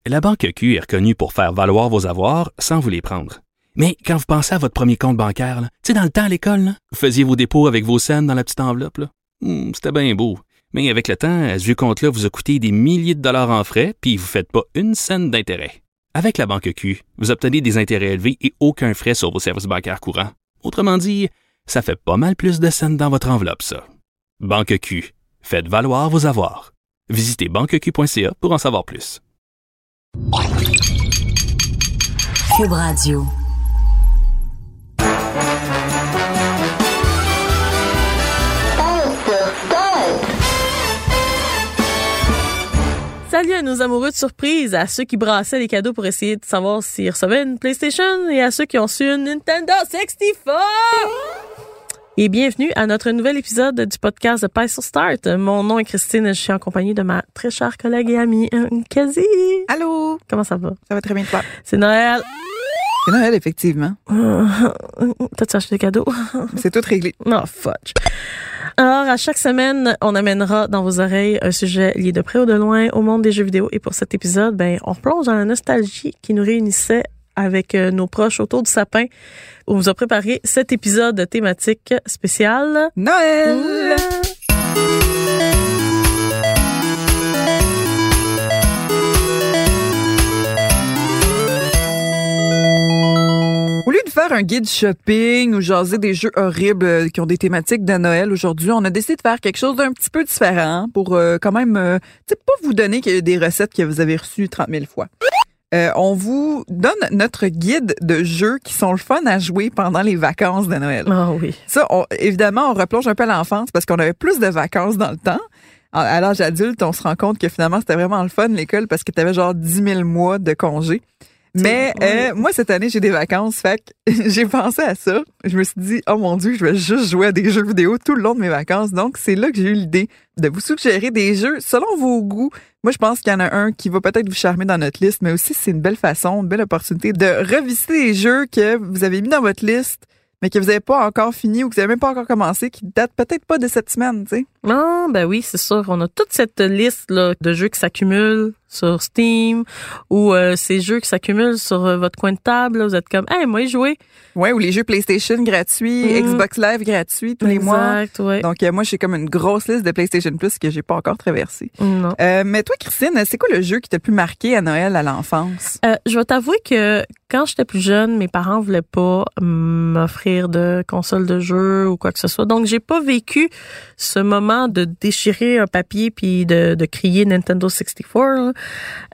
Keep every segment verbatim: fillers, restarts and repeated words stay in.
La Banque Q est reconnue pour faire valoir vos avoirs sans vous les prendre. Mais quand vous pensez à votre premier compte bancaire, tu sais, dans le temps à l'école, là, vous faisiez vos dépôts avec vos scènes dans la petite enveloppe. Là. Hum, c'était bien beau. Mais avec le temps, ce vieux compte-là vous a coûté des milliers de dollars en frais, puis vous ne faites pas une scène d'intérêt. Avec la Banque Q, vous obtenez des intérêts élevés et aucun frais sur vos services bancaires courants. Autrement dit, ça fait pas mal plus de scènes dans votre enveloppe, ça. Banque Q. Faites valoir vos avoirs. Visitez banque q point c a pour en savoir plus. Cube Radio. Salut à nos amoureux de surprise, à ceux qui brassaient les cadeaux pour essayer de savoir s'ils recevaient une PlayStation et à ceux qui ont su une Nintendo soixante-quatre. Et bienvenue à notre nouvel épisode du podcast de Pie sur Start. Mon nom est Christine et je suis en compagnie de ma très chère collègue et amie, Kazi. Allô? Comment ça va? Ça va très bien, toi? C'est Noël. C'est Noël, effectivement. T'as-tu acheté des cadeaux? C'est tout réglé. Oh, fudge. Alors, à chaque semaine, on amènera dans vos oreilles un sujet lié de près ou de loin au monde des jeux vidéo. Et pour cet épisode, ben, on replonge dans la nostalgie qui nous réunissait avec nos proches autour du sapin. On vous a préparé cet épisode thématique spécial Noël! Mmh. Au lieu de faire un guide shopping ou jaser des jeux horribles qui ont des thématiques de Noël aujourd'hui, on a décidé de faire quelque chose d'un petit peu différent pour euh, quand même, euh, tu sais, pas vous donner des recettes que vous avez reçues trente mille fois. Euh, on vous donne notre guide de jeux qui sont le fun à jouer pendant les vacances de Noël. Ah oh oui. Ça, on, évidemment, on replonge un peu à l'enfance parce qu'on avait plus de vacances dans le temps. À, à l'âge adulte, on se rend compte que finalement, c'était vraiment le fun, l'école, parce que tu avais genre dix mille mois de congés. Mais euh, moi, cette année, j'ai des vacances, fait que j'ai pensé à ça. Je me suis dit, oh mon Dieu, je vais juste jouer à des jeux vidéo tout le long de mes vacances. Donc, c'est là que j'ai eu l'idée de vous suggérer des jeux selon vos goûts. Moi, je pense qu'il y en a un qui va peut-être vous charmer dans notre liste, mais aussi, c'est une belle façon, une belle opportunité de revisiter les jeux que vous avez mis dans votre liste, mais que vous n'avez pas encore fini ou que vous n'avez même pas encore commencé, qui datent peut-être pas de cette semaine, tu sais. Ah, ben oui, c'est sûr. On a toute cette liste-là de jeux qui s'accumulent sur Steam ou euh, ces jeux qui s'accumulent sur euh, votre coin de table. Là, vous êtes comme, hey, moi, jouer. Ouais, ou les jeux PlayStation gratuits, mmh. Xbox Live gratuits tous exact, les mois. Ouais. Donc, euh, moi, j'ai comme une grosse liste de PlayStation Plus que j'ai pas encore traversée. Non. Euh, mais toi, Christine, c'est quoi le jeu qui t'a le plus marqué à Noël à l'enfance? Euh, je vais t'avouer que quand j'étais plus jeune, mes parents voulaient pas m'offrir de console de jeu ou quoi que ce soit. Donc, j'ai pas vécu ce moment de déchirer un papier puis de, de crier Nintendo soixante-quatre. Là.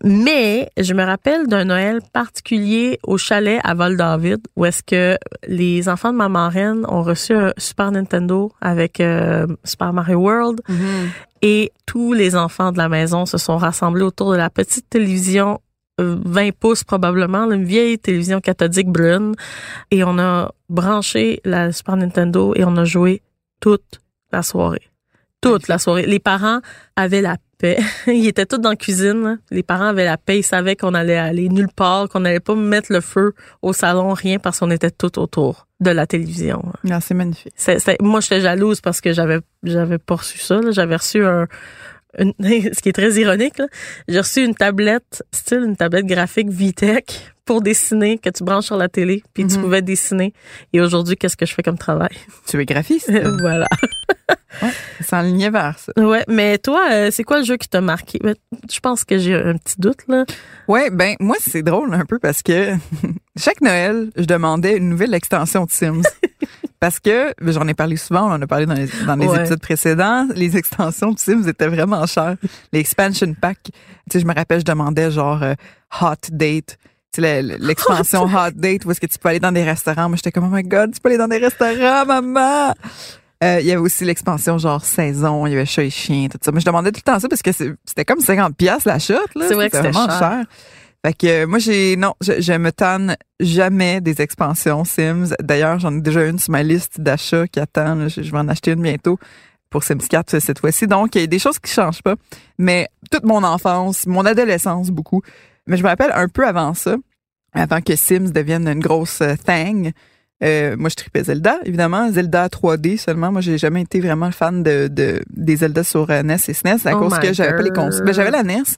Mais je me rappelle d'un Noël particulier au chalet à Val-David où est-ce que les enfants de ma marraine ont reçu un Super Nintendo avec euh, Super Mario World. Mm-hmm. Et tous les enfants de la maison se sont rassemblés autour de la petite télévision vingt pouces probablement, une vieille télévision cathodique brune. Et on a branché la Super Nintendo et on a joué toute la soirée. Toute la soirée. Les parents avaient la paix. Ils étaient tous dans la cuisine. Les parents avaient la paix. Ils savaient qu'on allait aller nulle part, qu'on n'allait pas mettre le feu au salon, rien, parce qu'on était tout autour de la télévision. Non, c'est magnifique. C'est, c'est, moi, j'étais jalouse parce que j'avais, j'avais pas reçu ça. Là. J'avais reçu un... Une, ce qui est très ironique, là. J'ai reçu une tablette, style une tablette graphique VTech pour dessiner, que tu branches sur la télé, puis mm-hmm. tu pouvais dessiner. Et aujourd'hui, qu'est-ce que je fais comme travail? Tu es graphiste. Voilà. Ouais, ça s'enlignait vers ça. Ouais, mais toi, euh, c'est quoi le jeu qui t'a marqué? Je pense que j'ai un petit doute, là. Ouais, ben, moi, c'est drôle un peu parce que chaque Noël, je demandais une nouvelle extension de Sims. Parce que, j'en ai parlé souvent, on en a parlé dans les, dans les ouais. épisodes précédents, les extensions de Sims étaient vraiment chères. Les expansion packs, tu sais, je me rappelle, je demandais genre euh, Hot Date, tu sais, l'expansion Hot, Hot Date, où est-ce que tu peux aller dans des restaurants. Moi, j'étais comme, oh my God, tu peux aller dans des restaurants, maman! Euh, il y avait aussi l'expansion genre saison, il y avait chat et chien, tout ça. Mais je demandais tout le temps ça parce que c'était comme cinquante piastres la shot, là. C'est vrai que c'était vraiment cher. cher. Fait que euh, moi, j'ai non, je, je me tanne jamais des expansions Sims. D'ailleurs, j'en ai déjà une sur ma liste d'achats qui attend. Là, je, je vais en acheter une bientôt pour Sims quatre cette fois-ci. Donc, il y a des choses qui changent pas. Mais toute mon enfance, mon adolescence, beaucoup. Mais je me rappelle un peu avant ça, avant que Sims devienne une grosse euh, thing. Euh, moi, je tripais Zelda, évidemment. Zelda trois D seulement. Moi, j'ai jamais été vraiment fan de, de des Zelda sur euh, N E S et S N E S à oh cause que j'avais pas les consoles. Ben, j'avais la N E S.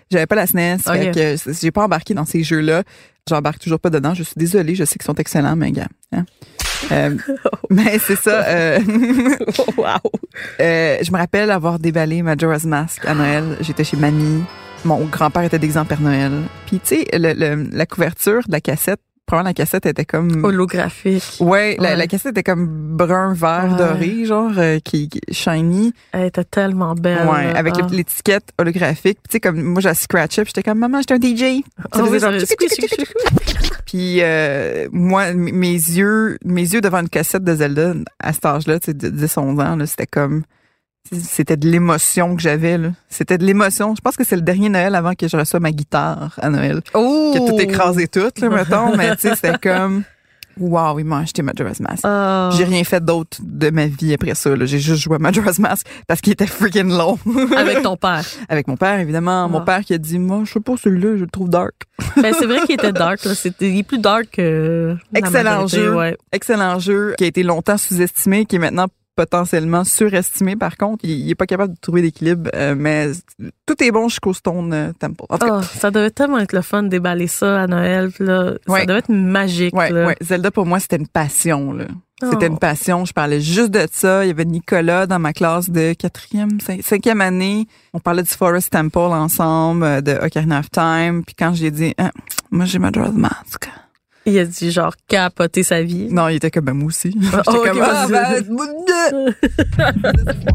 J'avais pas la S N E S, Okay. fait que j'ai pas embarqué dans ces jeux-là. J'embarque toujours pas dedans. Je suis désolée, je sais qu'ils sont excellents, mais gars. Hein? Euh, mais c'est ça. Euh, wow. euh, je me rappelle avoir déballé Majora's Mask à Noël. J'étais chez mamie. Mon grand-père était déguisé en Père Noël. Puis tu sais, le, le, la couverture de la cassette, probablement la cassette était comme... Holographique. Ouais, la, Ouais. la cassette était comme brun, vert, Ouais. doré, genre, euh, qui, qui shiny. Elle était tellement belle. Ouais, avec ah. l'étiquette holographique. Tu sais, comme moi, j'ai scratché, puis j'étais comme, maman, j'étais un D J. Ah oui, genre, ça tchic, tchic, tchic, tchic. Puis euh, moi, m- mes yeux, mes yeux devant une cassette de Zelda à cet âge-là, tu sais, de dix onze ans, là, c'était comme, c'était de l'émotion que j'avais, là. C'était de l'émotion. Je pense que c'est le dernier Noël avant que je reçoive ma guitare à Noël. Oh! Qui a tout écrasé tout, là, mettons. Mais tu sais, c'était comme, wow, il m'a acheté Majora's Mask. Ah. J'ai rien fait d'autre de ma vie après ça, là. J'ai juste joué à Majora's Mask parce qu'il était freaking long. Avec ton père. Avec mon père, évidemment. Mon Ah. père qui a dit, moi, je sais pas, celui-là, je le trouve dark. Ben, c'est vrai qu'il était dark, là. C'était, il est plus dark que la Excellent majorité, jeu. Ouais. Excellent jeu qui a été longtemps sous-estimé, qui est maintenant potentiellement surestimé. Par contre, il, il est pas capable de trouver d'équilibre, euh, mais tout est bon jusqu'au Stone euh, Temple. En tout cas, Ah, ça devait tellement être le fun de déballer ça à Noël. Là. Ouais. Ça devait être magique. ouais, là. ouais. Zelda, pour moi, c'était une passion, là. C'était Oh. une passion. Je parlais juste de ça. Il y avait Nicolas dans ma classe de quatrième, cin- cinquième année. On parlait du Forest Temple ensemble, euh, de Ocarina of Time. Puis quand j'ai dit, ah, moi, j'ai Majora's Mask. Il a dit genre capoter sa vie. Non, il était comme, ben, moi aussi. J'étais oh, ok, comme, ah, vas-y. ben,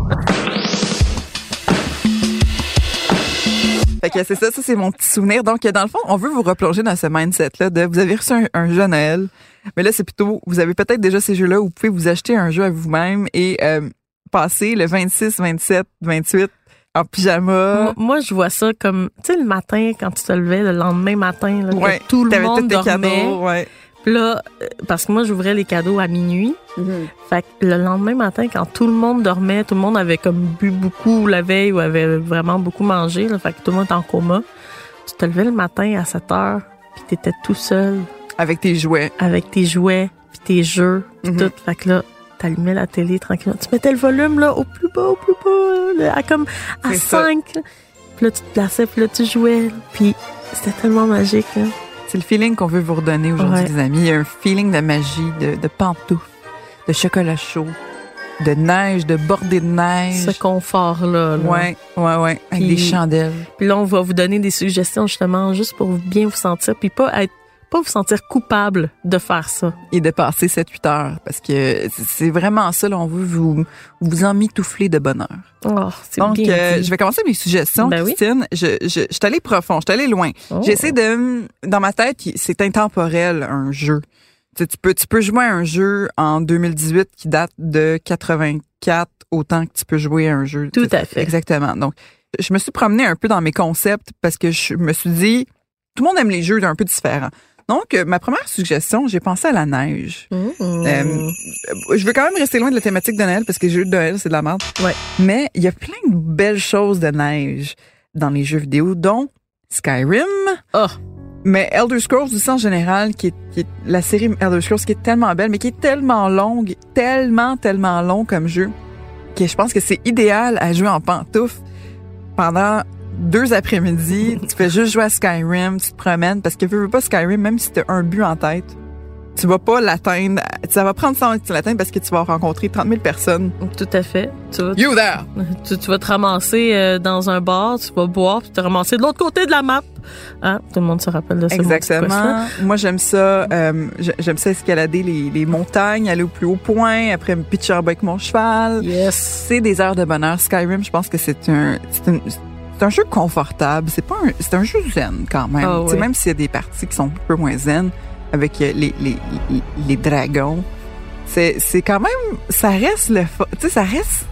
Fait que c'est ça, ça c'est mon petit souvenir. Donc, dans le fond, on veut vous replonger dans ce mindset-là de vous avez reçu un, un jeu à Noël, mais là, c'est plutôt, vous avez peut-être déjà ces jeux-là où vous pouvez vous acheter un jeu à vous-même et euh, passer le vingt-six, vingt-sept, vingt-huit en pyjama. Moi, moi, je vois ça comme, tu sais, le matin, quand tu te levais, le lendemain matin, là, que Ouais, tout le t'avais monde tous tes dormait. cadeaux, ouais. Puis là, euh, parce que moi, j'ouvrais les cadeaux à minuit. Fait que le lendemain matin, quand tout le monde dormait, tout le monde avait comme bu beaucoup la veille ou avait vraiment beaucoup mangé, là, fait que tout le monde était en coma. Tu te levais le matin à sept heures, puis t'étais tout seul Avec tes jouets. avec tes jouets, puis tes jeux, puis Mhm. tout. Fait que là, t'allumais la télé tranquillement. Tu mettais le volume là au plus bas, au plus bas, là, à comme à C'est ça. cinq. Puis là, tu te plaçais, puis là, tu jouais. Là. Puis c'était tellement magique. Là. C'est le feeling qu'on veut vous redonner aujourd'hui, Ouais. les amis. Il y a un feeling de magie, de, de pantoufles, de chocolat chaud, de neige, de bordée de neige. Ce confort-là. Là. Ouais, ouais, ouais. Avec Puis- des chandelles. Puis là, on va vous donner des suggestions justement juste pour bien vous sentir, puis pas être, pas vous sentir coupable de faire ça. Et de passer sept huit heures. Parce que c'est vraiment ça, là. On veut vous, vous emmitoufler de bonheur. Oh, c'est Donc, bien euh, dit. je vais commencer mes suggestions, Ben oui. Christine. Je, je, je suis allée profond, je suis allée loin. Oh. J'essaie de... Dans ma tête, c'est intemporel, un jeu. Tu sais, tu peux, tu peux jouer à un jeu en deux mille dix-huit qui date de quatre-vingt-quatre autant que tu peux jouer à un jeu. Tout Tu sais, à fait. Exactement. Donc, je me suis promenée un peu dans mes concepts parce que je me suis dit, tout le monde aime les jeux un peu différents. Donc, euh, ma première suggestion, j'ai pensé à la neige. Mmh. Euh, je veux quand même rester loin de la thématique de Noël parce que les jeux de Noël, c'est de la merde. Ouais. Mais il y a plein de belles choses de neige dans les jeux vidéo, dont Skyrim, Oh, mais Elder Scrolls aussi en général, qui est, qui est la série Elder Scrolls qui est tellement belle, mais qui est tellement longue, tellement, tellement long comme jeu, que je pense que c'est idéal à jouer en pantoufles pendant deux après-midi. Tu fais juste jouer à Skyrim, tu te promènes, parce que veux, veux pas Skyrim, même si t'as un but en tête, tu vas pas l'atteindre. Ça va prendre cent ans que tu l'atteignes parce que tu vas rencontrer trente mille personnes. tout à fait. Tu vas, You there! tu, tu vas te ramasser euh, dans un bar, tu vas boire, puis te ramasser de l'autre côté de la map. Hein? Tout le monde se rappelle de ça. Exactement. Moi, j'aime ça. Euh, j'aime ça escalader les, les montagnes, aller au plus haut point, après me pitcher en bas avec mon cheval. Yes. C'est des heures de bonheur. Skyrim, je pense que c'est un, c'est un, c'est un jeu confortable. C'est pas un, c'est un jeu zen quand même. Ah Tu sais, oui. même s'il y a des parties qui sont un peu moins zen avec les, les, les, les dragons, c'est, c'est quand même, ça reste le, fa- tu sais, ça reste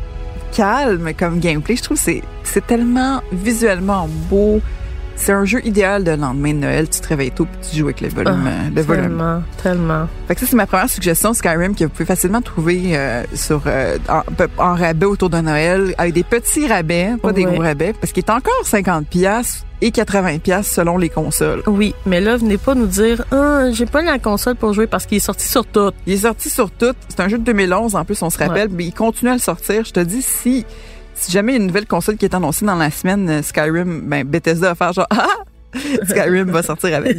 calme comme gameplay. Je trouve que c'est, c'est tellement visuellement beau. C'est un jeu idéal de lendemain de Noël. Tu te réveilles tôt puis tu joues avec le volume. Ah, euh, le volume. Tellement, tellement. Fait que ça, c'est ma première suggestion, Skyrim, que vous pouvez facilement trouver euh, sur euh, en, en rabais autour de Noël, avec des petits rabais, pas des Ouais. gros rabais, parce qu'il est encore cinquante piastres et quatre-vingts piastres selon les consoles. Oui, mais là, venez pas nous dire, ah, j'ai pas la console pour jouer parce qu'il est sorti sur tout. Il est sorti sur tout. C'est un jeu de deux mille onze, en plus, on se rappelle, mais il continue à le sortir. Je te dis, si si jamais il y a une nouvelle console qui est annoncée dans la semaine, Skyrim, ben Bethesda va faire genre ah Skyrim va sortir avec.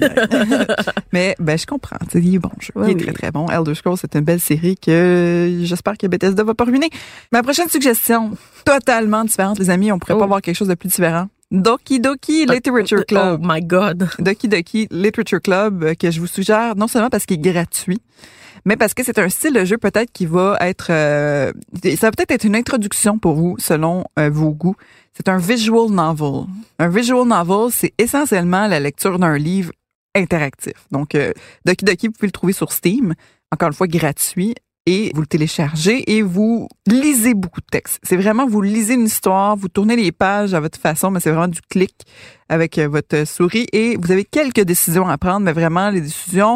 Mais ben je comprends, tu sais, il est bon jeu, ouais, il est oui. très très bon. Elder Scrolls, c'est une belle série que j'espère que Bethesda va pas ruiner. Ma prochaine suggestion, totalement différente, les amis, on pourrait oh. pas avoir quelque chose de plus différent. Doki Doki Literature Club. Oh my God. Doki Doki Literature Club que je vous suggère non seulement parce qu'il est gratuit, mais parce que c'est un style de jeu peut-être qui va être... Euh, ça va peut-être être une introduction pour vous selon euh, vos goûts. C'est un visual novel. Un visual novel, c'est essentiellement la lecture d'un livre interactif. Donc, euh, Doki Doki, vous pouvez le trouver sur Steam, encore une fois gratuit, et vous le téléchargez et vous lisez beaucoup de textes. C'est vraiment, vous lisez une histoire, vous tournez les pages à votre façon, mais c'est vraiment du clic avec euh, votre souris et vous avez quelques décisions à prendre, mais vraiment, les décisions...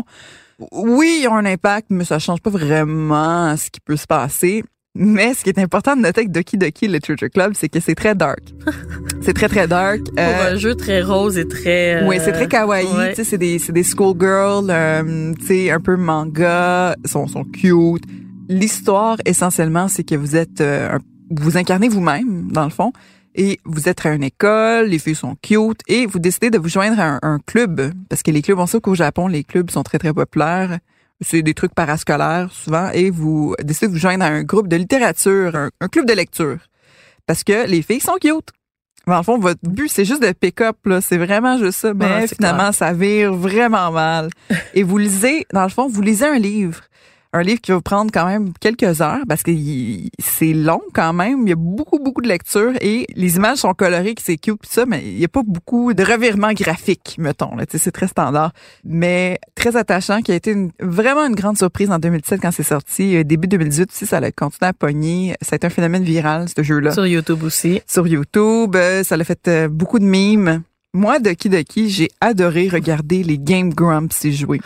Oui, ils ont un impact, mais ça change pas vraiment ce qui peut se passer. Mais ce qui est important de noter avec Doki Doki Literature Club, c'est que c'est très dark. C'est très, très dark. Pour euh, un jeu très rose et très... Euh, oui, c'est très kawaii. Ouais. Tu sais, c'est des, c'est des schoolgirls, euh, tu sais, un peu manga, sont, sont cute. L'histoire, essentiellement, c'est que vous êtes... Euh, un, vous incarnez vous-même, dans le fond. Et vous êtes à une école, les filles sont cute, et vous décidez de vous joindre à un, un club. Parce que les clubs, on sait qu'au Japon, les clubs sont très, très populaires. C'est des trucs parascolaires, souvent. Et vous décidez de vous joindre à un groupe de littérature, un, un club de lecture. Parce que les filles sont cute. Dans le fond, votre but, c'est juste de pick-up, là. C'est vraiment juste ça. Mais ouais, finalement, clair. Ça vire vraiment mal. Et vous lisez, dans le fond, vous lisez un livre. Un livre qui va vous prendre quand même quelques heures parce que il, c'est long quand même. Il y a beaucoup, beaucoup de lecture et les images sont colorées, que c'est cute pis ça, mais il y a pas beaucoup de revirements graphiques, mettons. Là, c'est très standard, mais très attachant, qui a été une, vraiment une grande surprise en deux mille dix-sept quand c'est sorti. Début deux mille dix-huit aussi, ça a continué à pogner. Ça a été un phénomène viral, ce jeu-là. Sur YouTube aussi. Sur YouTube, ça a fait beaucoup de mimes. Moi, Doki Doki, j'ai adoré regarder les Game Grumps y jouer.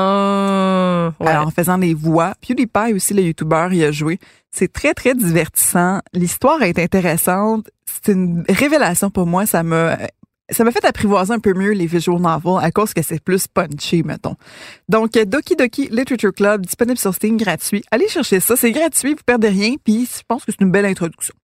Euh, ouais. Alors, en faisant les voix. PewDiePie aussi, le YouTuber, il a joué. C'est très, très divertissant. L'histoire est intéressante. C'est une révélation pour moi. Ça m'a, ça m'a fait apprivoiser un peu mieux les visual novels à cause que c'est plus punché, mettons. Donc, Doki Doki Literature Club, disponible sur Steam, gratuit. Allez chercher ça. C'est gratuit, vous perdez rien. Puis, je pense que c'est une belle introduction.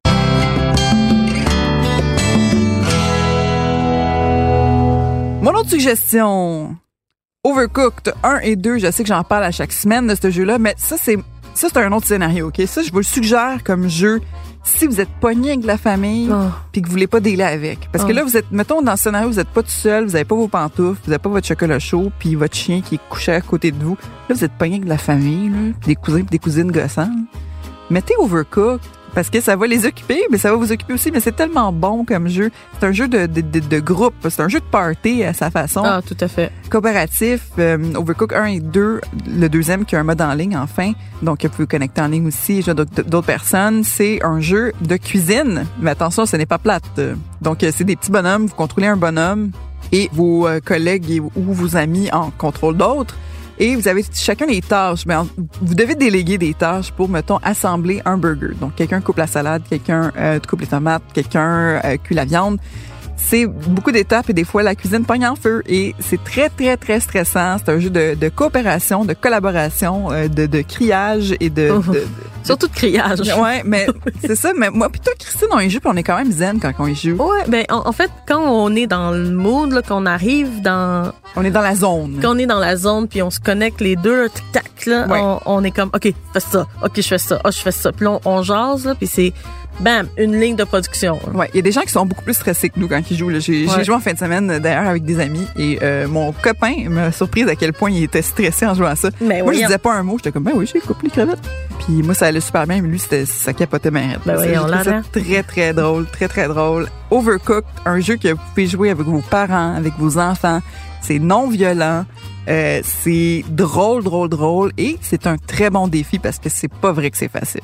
Mon autre suggestion, Overcooked un et deux, je sais que j'en parle à chaque semaine de ce jeu-là, mais ça, c'est ça c'est un autre scénario, OK? Ça, je vous le suggère comme jeu si vous êtes pogné avec la famille oh. puis que vous voulez pas dealer avec. Parce oh. que là, vous êtes, mettons, dans ce scénario, vous êtes pas tout seul, vous avez pas vos pantoufles, vous avez pas votre chocolat chaud puis votre chien qui est couché à côté de vous. Là, vous êtes pogné avec la famille, là, puis des cousins puis des cousines gossants. Mettez Overcooked. Parce que ça va les occuper, mais ça va vous occuper aussi. Mais c'est tellement bon comme jeu. C'est un jeu de, de, de, de groupe. C'est un jeu de party à sa façon. Ah, tout à fait. Coopératif. Euh, Overcooked un et deux. Le deuxième qui a un mode en ligne, enfin. Donc, vous pouvez connecter en ligne aussi. Jouer d'autres, d'autres personnes. C'est un jeu de cuisine. Mais attention, ce n'est pas plate. Donc, c'est des petits bonhommes. Vous contrôlez un bonhomme et vos collègues et, ou vos amis en contrôlent d'autres. Et vous avez chacun des tâches. Mais vous devez déléguer des tâches pour, mettons, assembler un burger. Donc, quelqu'un coupe la salade, quelqu'un euh, coupe les tomates, quelqu'un euh, cuit la viande. C'est beaucoup d'étapes et des fois, la cuisine pogne en feu. Et c'est très, très, très stressant. C'est un jeu de, de coopération, de collaboration, euh, de, de criage et de... Oh. de, de Surtout de criage. Ouais, mais c'est ça. Mais moi, plutôt Christine, on y joue puis on est quand même zen quand on y joue. Ouais, ben en, en fait, quand on est dans le mood, là, qu'on arrive dans... On est dans la zone. Quand on est dans la zone puis on se connecte les deux, là, tic-tac, là, ouais. on, on est comme, OK, fais ça. OK, je fais ça. Oh, je fais ça. Puis là, on, on jase, là, puis c'est... Bam, une ligne de production. Ouais, il y a des gens qui sont beaucoup plus stressés que nous quand ils jouent. Là. J'ai, ouais. j'ai joué en fin de semaine d'ailleurs avec des amis et euh, mon copain m'a surprise à quel point il était stressé en jouant à ça. Mais moi, oui, je disais pas un mot. J'étais comme, ben oui, j'ai coupé les crevettes. Puis moi, ça allait super bien, mais lui, c'était, ça capotait bien. Ben oui, on l'a ça très, très drôle, très, très drôle. Overcooked, un jeu que vous pouvez jouer avec vos parents, avec vos enfants. C'est non violent. Euh, c'est drôle, drôle, drôle. Et c'est un très bon défi parce que c'est pas vrai que c'est facile.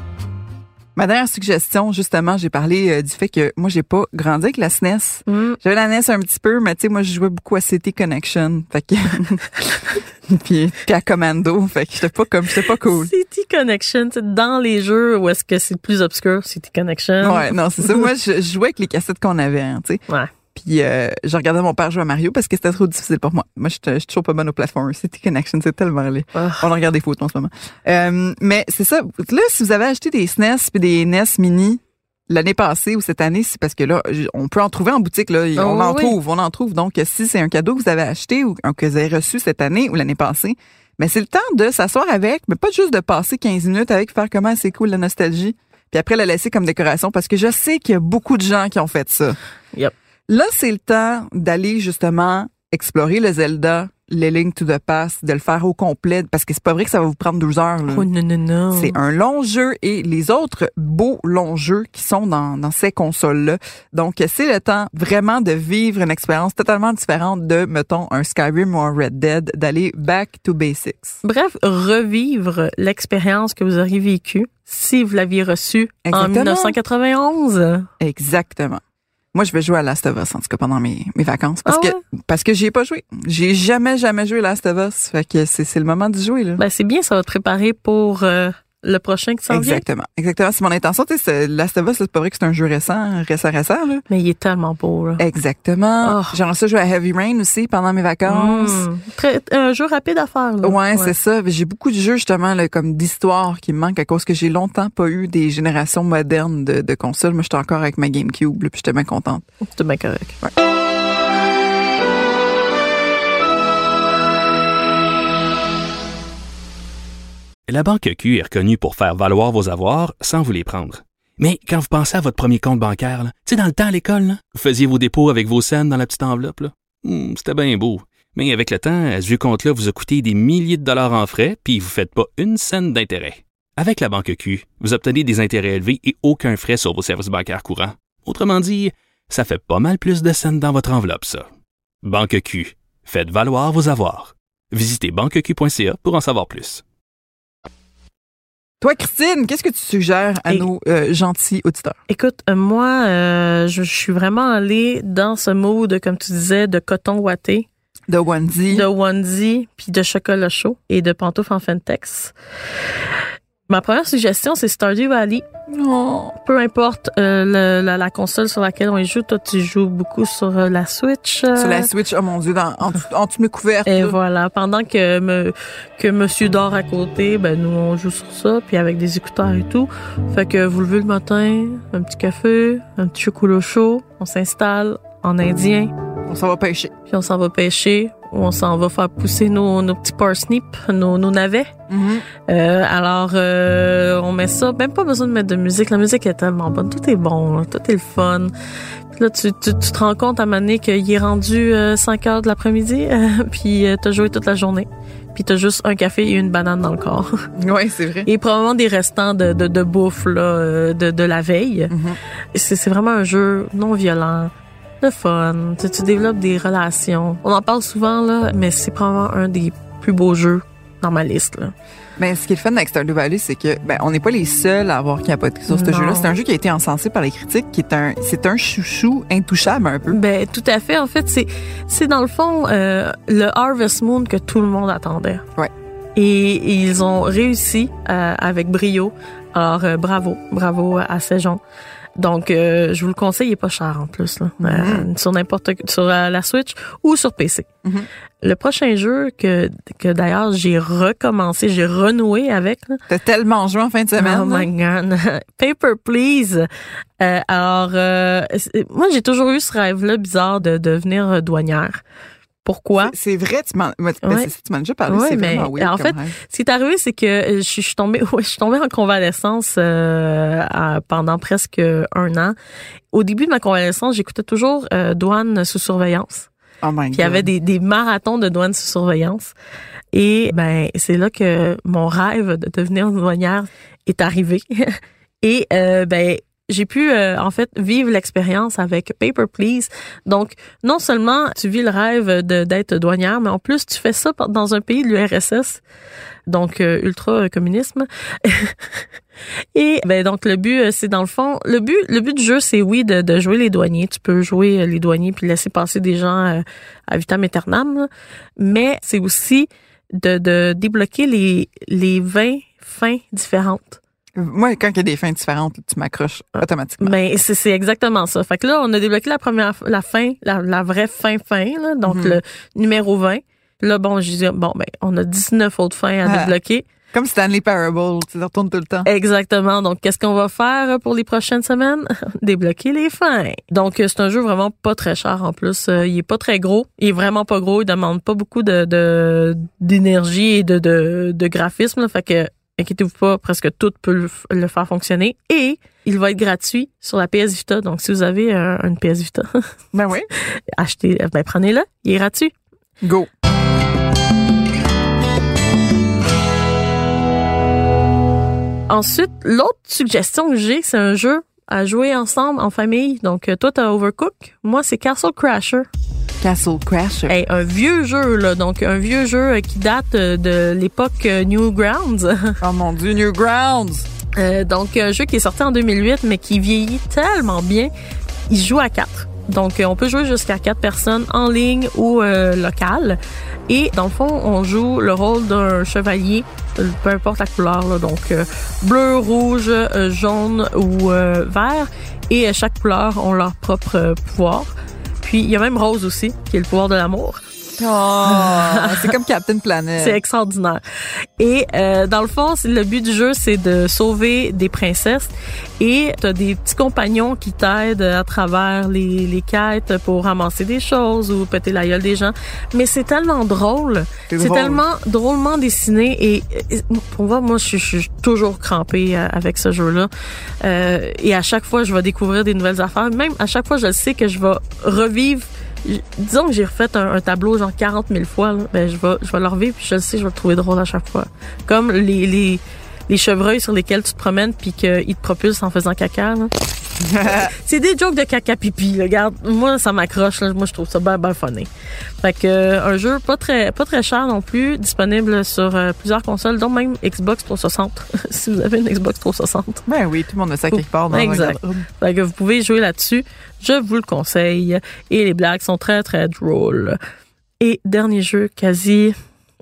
Ma dernière suggestion, justement, j'ai parlé euh, du fait que moi, j'ai pas grandi avec la S N E S. Mm. J'avais la N E S un petit peu, mais tu sais, moi, je jouais beaucoup à City Connection. Fait que... puis, puis à Commando. Fait que j'étais pas comme, j'étais pas cool. City Connection, tu sais, dans les jeux où est-ce que c'est plus obscur, City Connection. Ouais, non, c'est ça. Moi, je, je jouais avec les cassettes qu'on avait, hein, tu sais. Ouais. Puis euh, je regardais mon père jouer à Mario parce que c'était trop difficile pour moi. Moi, je suis toujours pas bonne aux plateformes. City Connection, c'est tellement laid. Oh. On regarde des photos en ce moment. Euh, mais c'est ça. Là, si vous avez acheté des S N E S puis des N E S mini, l'année passée ou cette année, c'est parce que là, on peut en trouver en boutique, là. Oh, on en oui. trouve, on en trouve. Donc, si c'est un cadeau que vous avez acheté ou que vous avez reçu cette année ou l'année passée, mais c'est le temps de s'asseoir avec, mais pas juste de passer quinze minutes avec, faire comment c'est cool la nostalgie, puis après la laisser comme décoration, parce que je sais qu'il y a beaucoup de gens qui ont fait ça. Yep. Là, c'est le temps d'aller justement explorer le Zelda, les Link to the Past, de le faire au complet, parce que c'est pas vrai que ça va vous prendre douze heures. Là. Oh non, non, non. C'est un long jeu et les autres beaux longs jeux qui sont dans, dans ces consoles-là. Donc, c'est le temps vraiment de vivre une expérience totalement différente de, mettons, un Skyrim ou un Red Dead, d'aller back to basics. Bref, revivre l'expérience que vous auriez vécue si vous l'aviez reçue en dix-neuf cent quatre-vingt-onze. Exactement. Moi, je vais jouer à Last of Us, en tout cas, pendant mes, mes vacances. Parce ah que, ouais? parce que j'y ai pas joué. J'ai jamais, jamais joué à Last of Us. Fait que c'est, c'est le moment d'y jouer, là. Ben, c'est bien, ça va te préparer pour euh, le prochain qui s'en vient. Exactement. Exactement. C'est mon intention. Tu sais, c'est- Last of Us, c'est pas vrai que c'est un jeu récent, récent, récent, là. Mais il est tellement beau, là. Exactement. Oh. J'aimerais ça jouer à Heavy Rain aussi pendant mes vacances. Mmh. Très, un jeu rapide à faire, là. Ouais, c'est ça. J'ai beaucoup de jeux, justement, là, comme d'histoire qui me manquent à cause que j'ai longtemps pas eu des générations modernes de, de consoles. Moi, j'étais encore avec ma GameCube, là, puis j'étais bien contente. C'est bien correct. Ouais. La Banque Q est reconnue pour faire valoir vos avoirs sans vous les prendre. Mais quand vous pensez à votre premier compte bancaire, là, tu sais, dans le temps à l'école, là, vous faisiez vos dépôts avec vos scènes dans la petite enveloppe. Là. Hum, c'était bien beau. Mais avec le temps, à ce vieux compte-là vous a coûté des milliers de dollars en frais, puis vous ne faites pas une scène d'intérêt. Avec la Banque Q, vous obtenez des intérêts élevés et aucun frais sur vos services bancaires courants. Autrement dit, ça fait pas mal plus de scènes dans votre enveloppe, ça. Banque Q. Faites valoir vos avoirs. Visitez banque q point c a pour en savoir plus. Toi, Christine, qu'est-ce que tu suggères à Et- nos euh, gentils auditeurs? Écoute, euh, moi, euh, je, je suis vraiment allée dans ce mood, comme tu disais, de coton ouaté, De onesie. de onesie, puis de chocolat chaud et de pantoufles en Fentex. Ma première suggestion, c'est Stardew Valley. Oh. Peu importe euh, le- la, la console sur laquelle on y joue, toi, tu joues beaucoup sur euh, la Switch. euh, Sur la Switch, oh mon Dieu, dans, en, dessous- en dessous de mes couvertes. Et là. voilà, pendant que me, que monsieur dort à côté, ben nous on joue sur ça, puis avec des écouteurs et tout. Fait que vous levez le matin, un petit café, un petit chocolat chaud, on s'installe en indien, On s'en va pêcher. puis on s'en va pêcher, ou on s'en va faire pousser nos, nos petits parsnips, nos, nos navets. Mhm. Euh, alors, euh, on met ça, même pas besoin de mettre de musique, la musique est tellement bonne, tout est bon, là, tout est le fun. Puis là, tu, tu, tu te rends compte à un moment donné qu'il est rendu euh, cinq heures de l'après-midi, euh, puis euh, t'as joué toute la journée. Puis t'as juste un café et une banane dans le corps. Oui, c'est vrai. Et probablement des restants de, de, de bouffe là, euh, de, de la veille. Mhm. C'est, c'est vraiment un jeu non violent, le fun. Tu, tu développes des relations. On en parle souvent, là, mais c'est probablement un des plus beaux jeux dans ma liste. Là. Mais ce qui est le fun avec Stardew Valley, c'est que ben on n'est pas les seuls à avoir capoté sur ce Non. jeu-là. C'est un jeu qui a été encensé par les critiques, qui est un, c'est un chouchou intouchable un peu. Ben tout à fait. En fait, c'est c'est dans le fond euh, le Harvest Moon que tout le monde attendait. Ouais. Et, et ils ont réussi euh, avec brio. Alors euh, bravo, bravo à ces gens. Donc euh, je vous le conseille, il est pas cher en plus là. Mm-hmm. Euh, sur n'importe sur euh, la Switch ou sur P C. Mhm. Le prochain jeu que que d'ailleurs j'ai recommencé, j'ai renoué avec là. T'as tellement joué en fin de semaine. Oh là. my God. Paper Please. Euh, alors, euh, c'est- moi, j'ai toujours eu ce rêve-là bizarre de devenir douanière. Pourquoi? C'est c'est vrai, tu m'en, ben, Ouais. c'est- tu m'en as déjà parlé, Ouais, c'est mais vraiment weird en comme fait, rêve. Ce qui est arrivé, c'est que euh, je, suis- je suis tombée, ouais, je suis tombée en convalescence euh, à- pendant presque un an. Au début de ma convalescence, j'écoutais toujours euh, Douane sous surveillance. Oh my Puis il y avait des, des marathons de douane sous surveillance. Et ben c'est là que mon rêve de devenir douanière est arrivé. Et euh, ben j'ai pu euh, en fait vivre l'expérience avec Paper Please. Donc non seulement tu vis le rêve de d'être douanière, mais en plus tu fais ça par- dans un pays de l'U R S S, donc euh, ultra communisme. Et ben donc le but euh, c'est dans le fond le but le but du jeu c'est oui de, de jouer les douaniers. Tu peux jouer euh, les douaniers puis laisser passer des gens euh, à vitam aeternam, là. Mais c'est aussi de, de débloquer les les vingt fins différentes. Moi, quand il y a des fins différentes, tu m'accroches automatiquement. Ben c'est c'est exactement ça. Fait que là on a débloqué la première la fin la, la vraie fin fin là, donc Mhm. le numéro vingt. Là bon j'ai dit bon ben on a dix-neuf autres fins à Ah. débloquer. Comme Stanley Parable, tu sais, retournes tout le temps. Exactement. Donc, qu'est-ce qu'on va faire pour les prochaines semaines? Débloquer les fins. Donc, c'est un jeu vraiment pas très cher en plus. Il est pas très gros. Il est vraiment pas gros. Il demande pas beaucoup de, de d'énergie et de, de, de graphisme. Là. Fait que, inquiétez-vous pas, presque tout peut le, le faire fonctionner. Et il va être gratuit sur la P S Vita. Donc, si vous avez un, une P S Vita, ben oui, achetez, ben prenez-le. Il est gratuit. Go. Ensuite, l'autre suggestion que j'ai, c'est un jeu à jouer ensemble en famille. Donc, toi, t'as Overcook. Moi, c'est Castle Crasher. Castle Crasher. Hey, un vieux jeu, là. Donc, un vieux jeu qui date de l'époque Newgrounds. Oh mon Dieu, Newgrounds! Euh, donc, un jeu qui est sorti en deux mille huit, mais qui vieillit tellement bien. Il se joue à quatre. Donc, on peut jouer jusqu'à quatre personnes en ligne ou euh, local. Et dans le fond, on joue le rôle d'un chevalier, peu importe la couleur, là, donc euh, bleu, rouge, euh, jaune ou euh, vert. Et euh, chaque couleur ont leur propre euh, pouvoir. Puis, il y a même rose aussi, qui est le pouvoir de l'amour. Oh, c'est comme Captain Planet. C'est extraordinaire. Et euh, dans le fond, le but du jeu, c'est de sauver des princesses. Et t'as des petits compagnons qui t'aident à travers les, les quêtes pour ramasser des choses ou péter la gueule des gens. Mais c'est tellement drôle. C'est, c'est tellement drôlement dessiné. Et, et pour moi, moi, je, je suis toujours crampée avec ce jeu-là. Euh, et à chaque fois, je vais découvrir des nouvelles affaires. Même à chaque fois, je sais que je vais revivre. Disons que j'ai refait un, un tableau genre quarante mille fois, là, ben je vais je vais le revivre puis je le sais, je vais le trouver drôle à chaque fois. Comme les les les chevreuils sur lesquels tu te promènes puis qu'ils te propulsent en faisant caca. Là. C'est des jokes de caca pipi. Là. Regarde, moi ça m'accroche. Là. Moi je trouve ça bien ben funny. Fait que euh, un jeu pas très pas très cher non plus, disponible sur euh, plusieurs consoles, dont même Xbox trois cent soixante. Si vous avez une Xbox trois cent soixante. Ben oui, tout le monde a ça quelque part dans exact. Le fait que vous pouvez jouer là-dessus. Je vous le conseille. Et les blagues sont très très drôles. Et dernier jeu, quasi.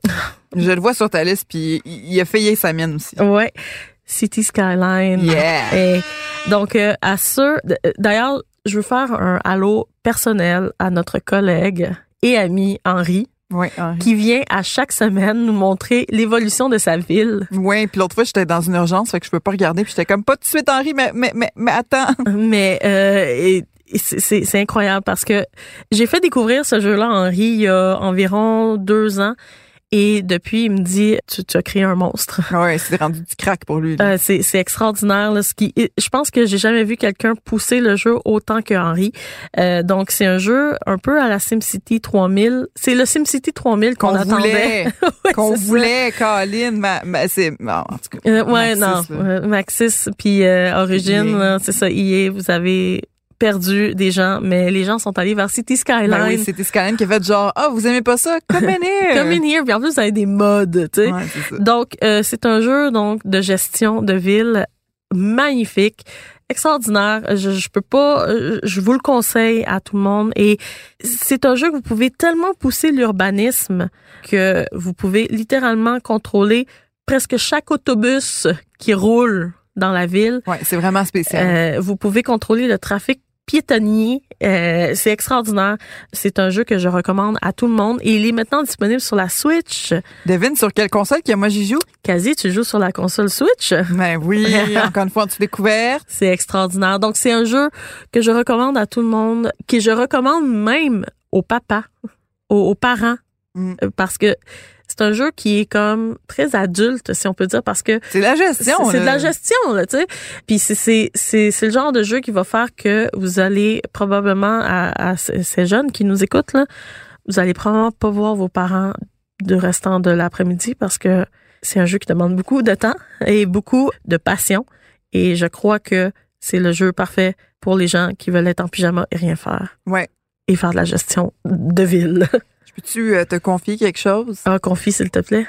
Je le vois sur ta liste puis il a fait sa mienne aussi. Ouais. City Skyline. Yeah. Et donc, euh, à ce... D'ailleurs, je veux faire un allô personnel à notre collègue et ami Henri. Oui, Henri. Qui vient à chaque semaine nous montrer l'évolution de sa ville. Oui, puis l'autre fois, j'étais dans une urgence, fait que je peux pas regarder, puis j'étais comme, pas tout de suite, Henri, mais, mais, mais, mais attends. Mais, euh, et, c'est, c'est, c'est incroyable parce que j'ai fait découvrir ce jeu-là à Henri il y a environ deux ans. Et depuis, il me dit, tu, tu as créé un monstre. Ouais, c'est rendu du crack pour lui. Euh, c'est, c'est extraordinaire. Là, ce qui, je pense que j'ai jamais vu quelqu'un pousser le jeu autant que Henri. Euh, donc, c'est un jeu un peu à la SimCity trois mille. C'est le SimCity trois mille qu'on, qu'on attendait. Voulait, ouais, qu'on voulait, Colin. Ma, ma, c'est, non, en tout cas, euh, ouais, Maxis, non. Euh, Maxis, puis euh, Origin, là, c'est ça, E A, vous avez... perdu des gens, mais les gens sont allés vers City Skyline. Ben oui, City Skyline qui a fait genre, ah, oh, vous aimez pas ça? Come in here! Come in here, puis en plus, vous avez des mods, tu sais. Ouais, c'est ça. Donc, euh, c'est un jeu, donc, de gestion de ville magnifique, extraordinaire. Je, je peux pas, je vous le conseille à tout le monde. Et c'est un jeu que vous pouvez tellement pousser l'urbanisme que vous pouvez littéralement contrôler presque chaque autobus qui roule dans la ville. Ouais, c'est vraiment spécial. Euh, vous pouvez contrôler le trafic piétonnier. Euh, c'est extraordinaire. C'est un jeu que je recommande à tout le monde. Et il est maintenant disponible sur la Switch. Devine sur quelle console que moi j'y joue? Quasi, tu joues sur la console Switch. Ben oui, encore une fois, tu découvert. C'est extraordinaire. Donc, c'est un jeu que je recommande à tout le monde, que je recommande même aux papas, aux, aux parents. Mm. Parce que c'est un jeu qui est comme très adulte, si on peut dire, parce que c'est la gestion. C'est, c'est là. de la gestion, là, tu sais. Puis c'est c'est c'est c'est le genre de jeu qui va faire que vous allez probablement à, à ces jeunes qui nous écoutent là, vous allez probablement pas voir vos parents de restant de l'après-midi parce que c'est un jeu qui demande beaucoup de temps et beaucoup de passion. Et je crois que c'est le jeu parfait pour les gens qui veulent être en pyjama et rien faire. Ouais. Et faire de la gestion de ville. Peux-tu te confier quelque chose? Ah, confie, s'il te plaît.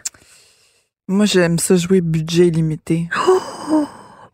Moi, j'aime ça jouer budget limité. Oh!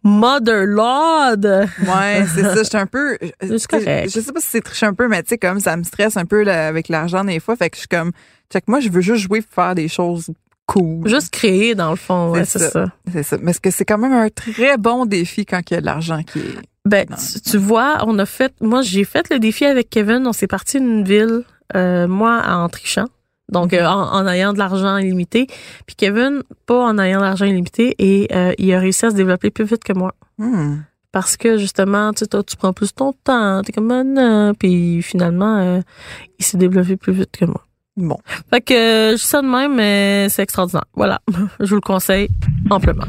Motherlord! Ouais, c'est ça. J'étais un peu... C'est correct. Je sais pas si c'est tricher un peu, mais tu sais, comme ça me stresse un peu là, avec l'argent des fois. Fait que je suis comme... Check, moi, je veux juste jouer pour faire des choses cool. Juste créer, dans le fond. Ouais, c'est, c'est ça. ça. C'est ça. Mais est-ce que c'est quand même un très bon défi quand il y a de l'argent qui est... Ben, tu, tu vois, on a fait... Moi, j'ai fait le défi avec Kevin. On s'est parti d'une ville... Euh, moi, en trichant. Donc, euh, en, en ayant de l'argent illimité. Puis Kevin, pas en ayant de l'argent illimité, et euh, il a réussi à se développer plus vite que moi. Hmm. Parce que, justement, tu sais, toi, tu prends plus ton temps, t'es comme, ah, non. Puis finalement, euh, il s'est développé plus vite que moi. Bon. Fait que, euh, je dis ça de même, mais c'est extraordinaire. Voilà. Je vous le conseille amplement.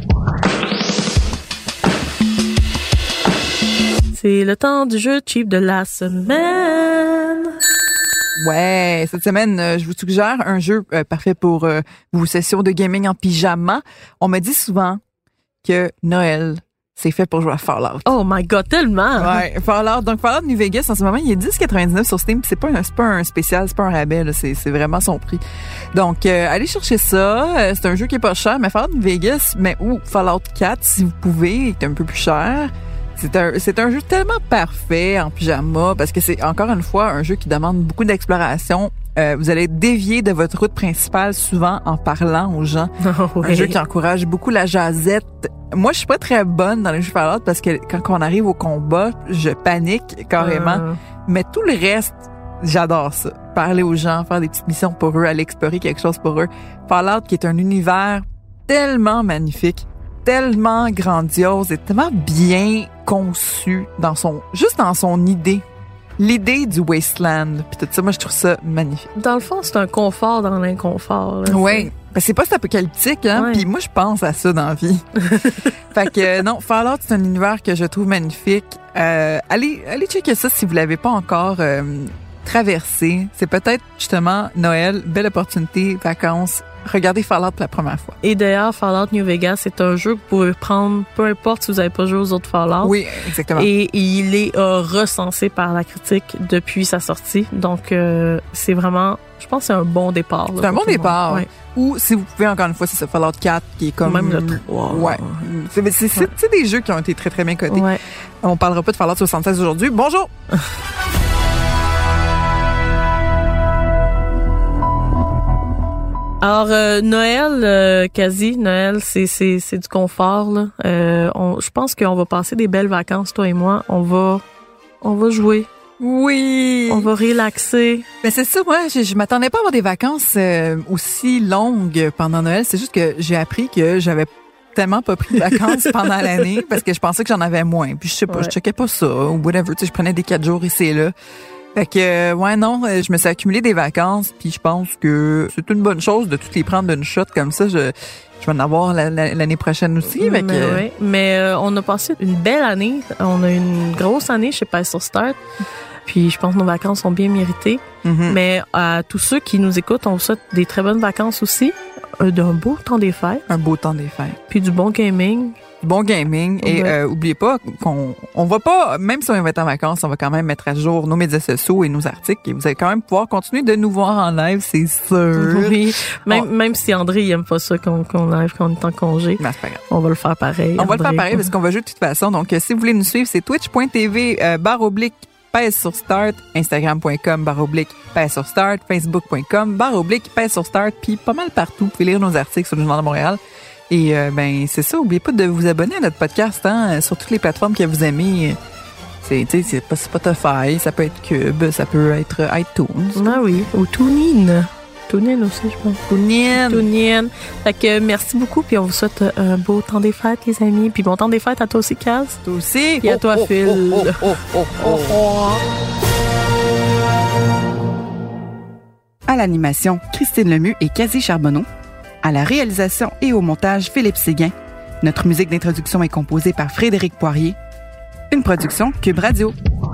C'est le temps du jeu cheap de la semaine. Ouais, cette semaine, euh, je vous suggère un jeu euh, parfait pour euh, vos sessions de gaming en pyjama. On me dit souvent que Noël, c'est fait pour jouer à Fallout. Oh my God, tellement! Ouais, Fallout. Donc, Fallout New Vegas, en ce moment, il est dix quatre-vingt-dix-neuf sur Steam. C'est pas un, c'est pas un spécial, c'est pas un rabais, là. C'est, c'est vraiment son prix. Donc, euh, allez chercher ça. Euh, c'est un jeu qui est pas cher, mais Fallout New Vegas, mais ou Fallout quatre, si vous pouvez, est un peu plus cher. C'est un, c'est un jeu tellement parfait en pyjama parce que c'est encore une fois un jeu qui demande beaucoup d'exploration. Euh, vous allez dévier de votre route principale souvent en parlant aux gens. Oh, oui. Un jeu qui encourage beaucoup la jasette. Moi, je suis pas très bonne dans les jeux Fallout parce que quand on arrive au combat, je panique carrément. Euh... Mais tout le reste, j'adore ça. Parler aux gens, faire des petites missions pour eux, aller explorer quelque chose pour eux. Fallout qui est un univers tellement magnifique, tellement grandiose et tellement bien conçu dans son, juste dans son idée. L'idée du wasteland, puis tout ça, moi, je trouve ça magnifique. Dans le fond, c'est un confort dans l'inconfort. Oui, ben, c'est pas apocalyptique, hein, ouais. Puis moi, je pense à ça dans la vie. Fait que euh, non, Fallout, c'est un univers que je trouve magnifique. Euh, allez, allez checker ça si vous l'avez pas encore euh, traversé. C'est peut-être justement Noël, belle opportunité, vacances. Regardez Fallout pour la première fois. Et d'ailleurs, Fallout New Vegas, c'est un jeu que vous pouvez prendre, peu importe si vous n'avez pas joué aux autres Fallout. Oui, exactement. Et il est euh, recensé par la critique depuis sa sortie. Donc, euh, c'est vraiment, je pense que c'est un bon départ. Là, c'est un bon départ. Ouais. Ou si vous pouvez, encore une fois, c'est ça, Fallout quatre qui est comme... Même le trois. Ouais. C'est, c'est, c'est, ouais. c'est des jeux qui ont été très, très bien cotés. Ouais. On parlera pas de Fallout soixante-seize aujourd'hui. Bonjour! Alors euh, Noël, euh, quasi Noël, c'est c'est c'est du confort là. Euh, on, je pense qu'on va passer des belles vacances toi et moi. On va on va jouer. Oui. On va relaxer. Mais c'est ça, moi, je, je m'attendais pas à avoir des vacances euh, aussi longues pendant Noël. C'est juste que j'ai appris que j'avais tellement pas pris de vacances pendant l'année parce que je pensais que j'en avais moins. Puis je sais pas, ouais. je checkais pas ça ou whatever. Tu sais, je prenais des quatre jours ici et là. Fait que, ouais, non, je me suis accumulé des vacances, puis je pense que c'est une bonne chose de toutes les prendre d'une shot comme ça. Je, je vais en avoir la, la, l'année prochaine aussi. Fait Mais, que... oui. Mais euh, on a passé une belle année. On a une grosse année chez Pace sur Start. Puis je pense que nos vacances sont bien méritées. Mm-hmm. Mais à tous ceux qui nous écoutent, on vous souhaite des très bonnes vacances aussi, euh, d'un beau temps des fêtes. Un beau temps des fêtes. Puis du bon gaming. Bon gaming. Et ouais. euh, oubliez pas qu'on on va pas, même si on va être en vacances, on va quand même mettre à jour nos médias sociaux et nos articles. Et vous allez quand même pouvoir continuer de nous voir en live, c'est sûr. Oui. Même, on... même si André il aime pas ça qu'on, qu'on live quand on est en congé. Ben, c'est pas grave. On va le faire pareil. On André. va le faire pareil parce qu'on va jouer de toute façon. Donc, euh, si vous voulez nous suivre, c'est twitch.tv euh, barre oblique pèse sur start, instagram.com barre oblique pèse sur start, facebook.com barre oblique pèse sur start, puis pas mal partout. Vous pouvez lire nos articles sur le Journal de Montréal. Et euh, ben c'est ça, oubliez pas de vous abonner à notre podcast hein, sur toutes les plateformes que vous aimez. C'est, tu sais, c'est pas Spotify, ça peut être Cube, ça peut être iTunes. Ah oui, ou TuneIn. TuneIn aussi, je pense. TuneIn. TuneIn. Fait que merci beaucoup, puis on vous souhaite un beau temps des fêtes, les amis. Puis bon temps des fêtes à toi aussi, Kaz. Toi aussi. Et à toi, oh, Phil. Oh, oh, oh, oh, oh, oh. À l'animation, Christine Lemieux et Kazi Charbonneau. À la réalisation et au montage, Philippe Séguin. Notre musique d'introduction est composée par Frédéric Poirier. Une production Cube Radio.